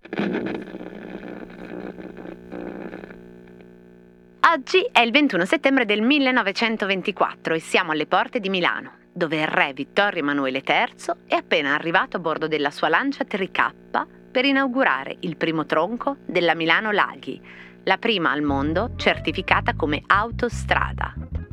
Oggi è il 21 settembre del 1924 e siamo alle porte di Milano, dove il re Vittorio Emanuele III è appena arrivato a bordo della sua Lancia Tricappa per inaugurare il primo tronco della Milano Laghi, la prima al mondo certificata come autostrada.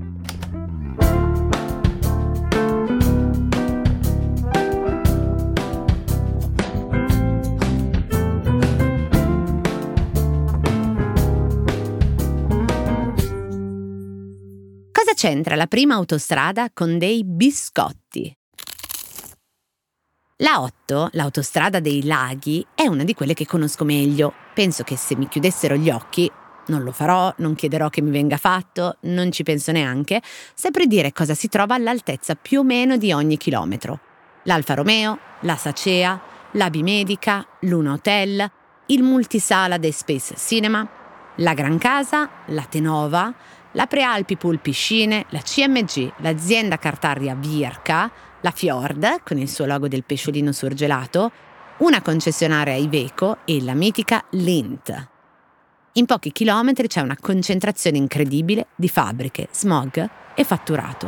Cosa c'entra la prima autostrada con dei biscotti? La 8, l'autostrada dei laghi, è una di quelle che conosco meglio. Penso che se mi chiudessero gli occhi, non lo farò, non chiederò che mi venga fatto, non ci penso neanche, saprei dire cosa si trova all'altezza più o meno di ogni chilometro. L'Alfa Romeo, la Sacea, la Bimedica, l'Una Hotel, il multisala The Space Cinema, la Gran Casa, la Tenova, la Prealpi Pool Piscine, la CMG, l'azienda cartaria Virca, la Fjord, con il suo logo del pesciolino surgelato, una concessionaria Iveco e la mitica Lindt. In pochi chilometri c'è una concentrazione incredibile di fabbriche, smog e fatturato.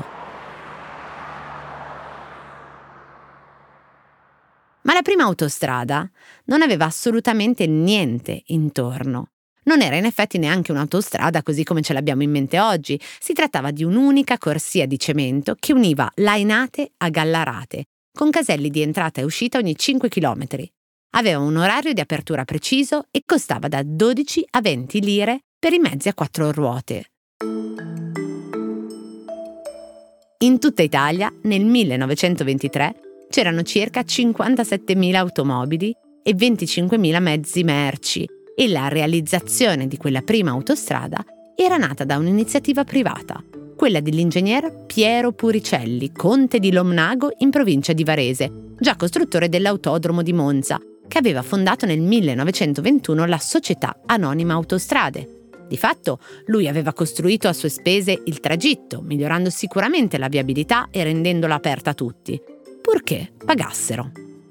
Ma la prima autostrada non aveva assolutamente niente intorno. Non era in effetti neanche un'autostrada così come ce l'abbiamo in mente oggi. Si trattava di un'unica corsia di cemento che univa Lainate a Gallarate, con caselli di entrata e uscita ogni 5 chilometri. Aveva un orario di apertura preciso e costava da 12 a 20 lire per i mezzi a 4 ruote. In tutta Italia, nel 1923, c'erano circa 57.000 automobili e 25.000 mezzi merci, e la realizzazione di quella prima autostrada era nata da un'iniziativa privata, quella dell'ingegner Piero Puricelli, conte di Lomnago in provincia di Varese, già costruttore dell'autodromo di Monza, che aveva fondato nel 1921 la Società Anonima Autostrade. Di fatto, lui aveva costruito a sue spese il tragitto, migliorando sicuramente la viabilità e rendendola aperta a tutti, purché pagassero.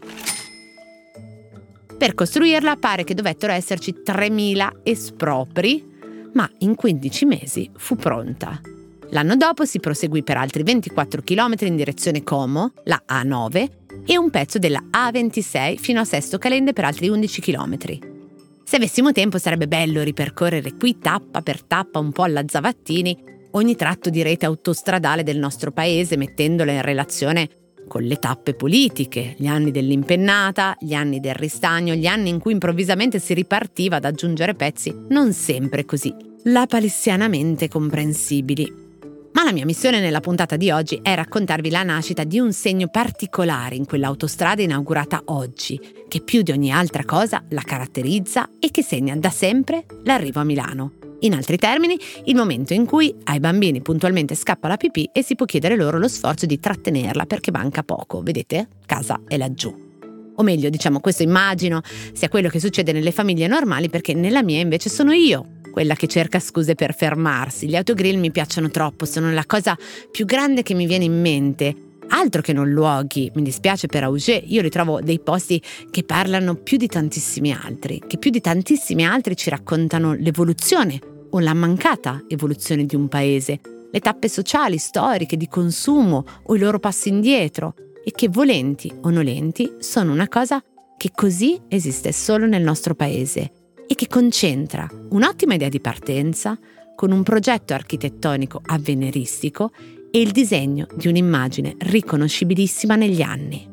Per costruirla pare che dovettero esserci 3.000 espropri, ma in 15 mesi fu pronta. L'anno dopo si proseguì per altri 24 km in direzione Como, la A9, e un pezzo della A26 fino a Sesto Calende per altri 11 km. Se avessimo tempo sarebbe bello ripercorrere qui tappa per tappa un po' alla Zavattini ogni tratto di rete autostradale del nostro paese, mettendola in relazione con le tappe politiche, gli anni dell'impennata, gli anni del ristagno, gli anni in cui improvvisamente si ripartiva ad aggiungere pezzi non sempre così lapalissianamente comprensibili. Ma la mia missione nella puntata di oggi è raccontarvi la nascita di un segno particolare in quell'autostrada inaugurata oggi, che più di ogni altra cosa la caratterizza e che segna da sempre l'arrivo a Milano. In altri termini, il momento in cui ai bambini puntualmente scappa la pipì e si può chiedere loro lo sforzo di trattenerla perché manca poco. Vedete? Casa è laggiù. O meglio, diciamo, questo immagino sia quello che succede nelle famiglie normali, perché nella mia invece sono io quella che cerca scuse per fermarsi. Gli autogrill mi piacciono troppo, sono la cosa più grande che mi viene in mente. Altro che non luoghi, mi dispiace per Auger, io li trovo dei posti che parlano più di tantissimi altri, che più di tantissimi altri ci raccontano l'evoluzione o la mancata evoluzione di un paese, le tappe sociali, storiche, di consumo o i loro passi indietro, e che volenti o nolenti sono una cosa che così esiste solo nel nostro paese e che concentra un'ottima idea di partenza con un progetto architettonico avveniristico e il disegno di un'immagine riconoscibilissima negli anni.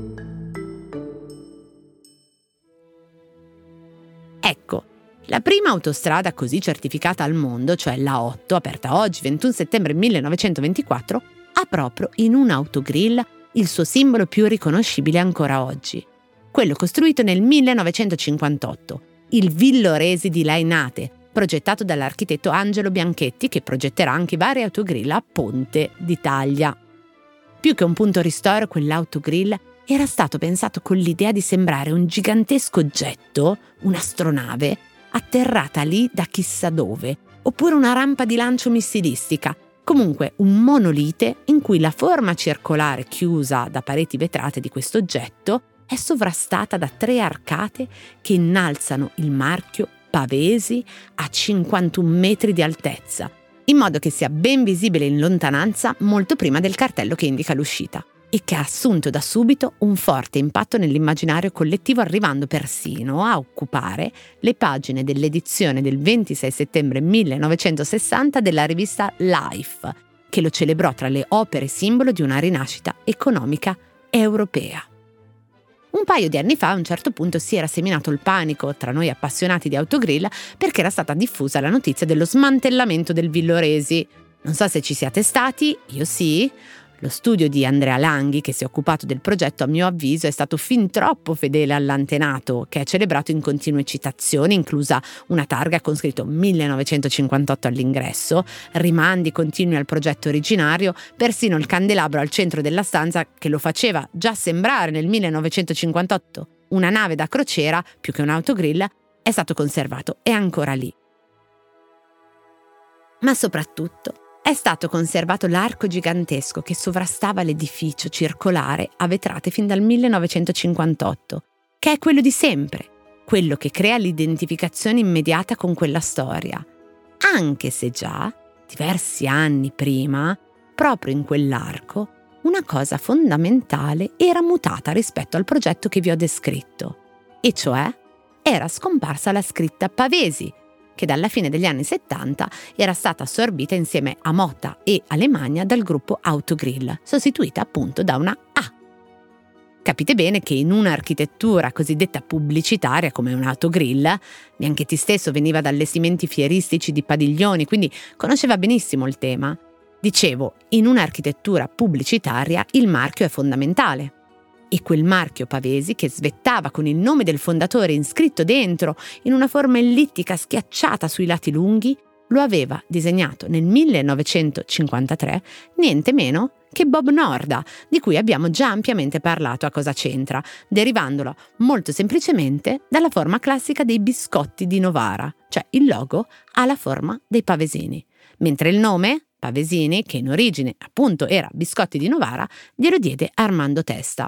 Ecco, la prima autostrada così certificata al mondo, cioè la 8, aperta oggi, 21 settembre 1924, ha proprio in un autogrill il suo simbolo più riconoscibile ancora oggi. Quello costruito nel 1958, il Villoresi di Lainate, progettato dall'architetto Angelo Bianchetti, che progetterà anche vari autogrill a Ponte d'Italia. Più che un punto ristoro, quell'autogrill era stato pensato con l'idea di sembrare un gigantesco oggetto, un'astronave, atterrata lì da chissà dove, oppure una rampa di lancio missilistica, comunque un monolite in cui la forma circolare chiusa da pareti vetrate di questo oggetto è sovrastata da 3 arcate che innalzano il marchio Pavesi a 51 metri di altezza, in modo che sia ben visibile in lontananza molto prima del cartello che indica l'uscita, e che ha assunto da subito un forte impatto nell'immaginario collettivo, arrivando persino a occupare le pagine dell'edizione del 26 settembre 1960 della rivista Life, che lo celebrò tra le opere simbolo di una rinascita economica europea. Un paio di anni fa, a un certo punto, si era seminato il panico tra noi appassionati di autogrill perché era stata diffusa la notizia dello smantellamento del Villoresi. Non so se ci siate stati, io sì. Lo studio di Andrea Langhi, che si è occupato del progetto, a mio avviso è stato fin troppo fedele all'antenato, che è celebrato in continue citazioni, inclusa una targa con scritto 1958 all'ingresso, rimandi continui al progetto originario, persino il candelabro al centro della stanza che lo faceva già sembrare nel 1958 una nave da crociera più che un autogrill, è stato conservato, è ancora lì. Ma soprattutto è stato conservato l'arco gigantesco che sovrastava l'edificio circolare a vetrate fin dal 1958, che è quello di sempre, quello che crea l'identificazione immediata con quella storia, anche se già, diversi anni prima, proprio in quell'arco, una cosa fondamentale era mutata rispetto al progetto che vi ho descritto, e cioè era scomparsa la scritta Pavesi, che dalla fine degli anni 70 era stata assorbita insieme a Motta e Alemagna dal gruppo Autogrill, sostituita appunto da una A. Capite bene che in un'architettura cosiddetta pubblicitaria come un autogrill, Bianchetti stesso veniva da allestimenti fieristici di padiglioni, quindi conosceva benissimo il tema. Dicevo, in un'architettura pubblicitaria il marchio è fondamentale. E quel marchio Pavesi, che svettava con il nome del fondatore inscritto dentro in una forma ellittica schiacciata sui lati lunghi, lo aveva disegnato nel 1953 niente meno che Bob Norda, di cui abbiamo già ampiamente parlato a Cosa c'entra, derivandolo molto semplicemente dalla forma classica dei biscotti di Novara, cioè il logo ha la forma dei pavesini, mentre il nome, Pavesini, che in origine appunto era Biscotti di Novara, glielo diede Armando Testa.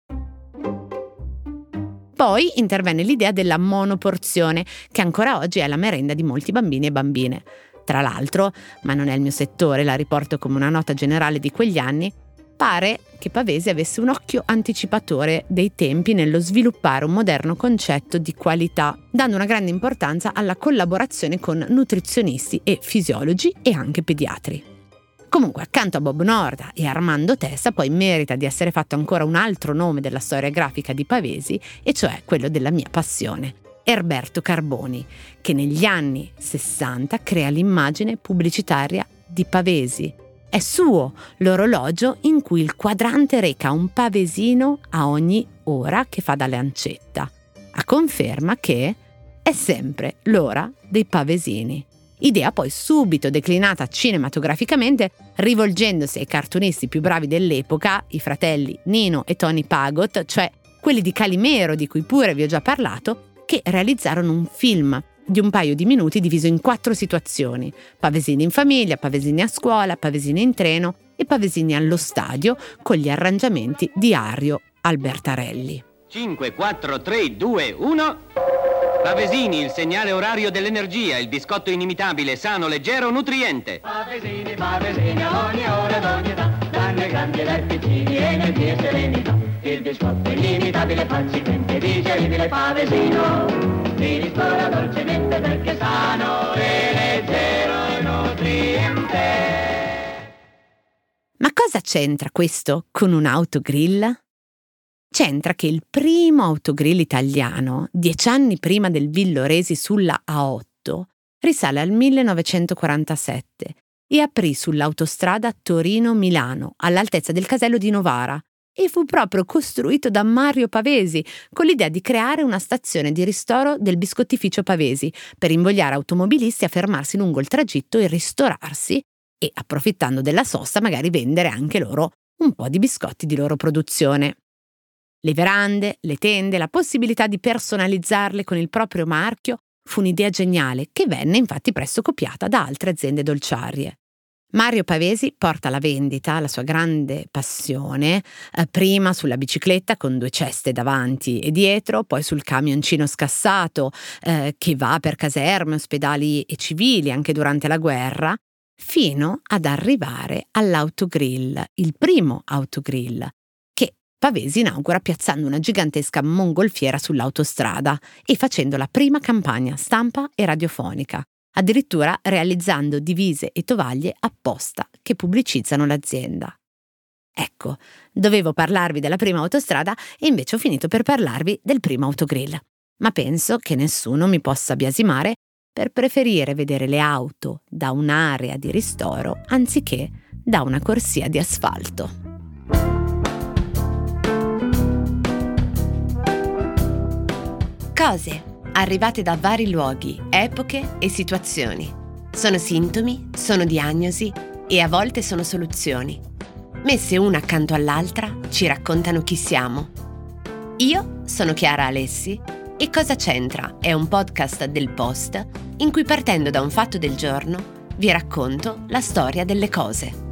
Poi intervenne l'idea della monoporzione, che ancora oggi è la merenda di molti bambini e bambine. Tra l'altro, ma non è il mio settore, la riporto come una nota generale di quegli anni, pare che Pavesi avesse un occhio anticipatore dei tempi nello sviluppare un moderno concetto di qualità, dando una grande importanza alla collaborazione con nutrizionisti e fisiologi e anche pediatri. Comunque, accanto a Bob Norda e Armando Testa, poi merita di essere fatto ancora un altro nome della storia grafica di Pavesi, e cioè quello della mia passione, Erberto Carboni, che negli anni 60 crea l'immagine pubblicitaria di Pavesi. È suo l'orologio in cui il quadrante reca un pavesino a ogni ora che fa da lancetta, a conferma che è sempre l'ora dei pavesini. Idea poi subito declinata cinematograficamente, rivolgendosi ai cartunisti più bravi dell'epoca, i fratelli Nino e Tony Pagot, cioè quelli di Calimero di cui pure vi ho già parlato, che realizzarono un film di un paio di minuti diviso in 4 situazioni: pavesini in famiglia, pavesini a scuola, pavesini in treno e pavesini allo stadio, con gli arrangiamenti di Ario Albertarelli. 5, 4, 3, 2, 1... Pavesini, il segnale orario dell'energia, il biscotto inimitabile, sano, leggero, nutriente. Pavesini, Pavesini, a ogni ora ed ogni età, danno ai grandi e ai piccini energia e serenità. Il biscotto inimitabile, facilmente digeribile, Pavesino, ti ristora dolcemente perché sano e leggero e nutriente. Ma cosa c'entra questo con un autogrill? C'entra che il primo autogrill italiano, 10 anni prima del Villoresi sulla A8, risale al 1947 e aprì sull'autostrada Torino-Milano, all'altezza del casello di Novara, e fu proprio costruito da Mario Pavesi, con l'idea di creare una stazione di ristoro del biscottificio Pavesi, per invogliare automobilisti a fermarsi lungo il tragitto e ristorarsi, e approfittando della sosta magari vendere anche loro un po' di biscotti di loro produzione. Le verande, le tende, la possibilità di personalizzarle con il proprio marchio fu un'idea geniale che venne infatti presto copiata da altre aziende dolciarie. Mario Pavesi porta alla vendita la sua grande passione, prima sulla bicicletta con 2 ceste davanti e dietro, poi sul camioncino scassato che va per caserme, ospedali e civili anche durante la guerra, fino ad arrivare all'autogrill, il primo autogrill, che Pavesi inaugura piazzando una gigantesca mongolfiera sull'autostrada e facendo la prima campagna stampa e radiofonica, addirittura realizzando divise e tovaglie apposta che pubblicizzano l'azienda. Ecco, dovevo parlarvi della prima autostrada e invece ho finito per parlarvi del primo autogrill. Ma penso che nessuno mi possa biasimare per preferire vedere le auto da un'area di ristoro anziché da una corsia di asfalto. Cose arrivate da vari luoghi, epoche e situazioni. Sono sintomi, sono diagnosi e a volte sono soluzioni. Messe una accanto all'altra ci raccontano chi siamo. Io sono Chiara Alessi e Cosa c'entra è un podcast del Post in cui, partendo da un fatto del giorno, vi racconto la storia delle cose.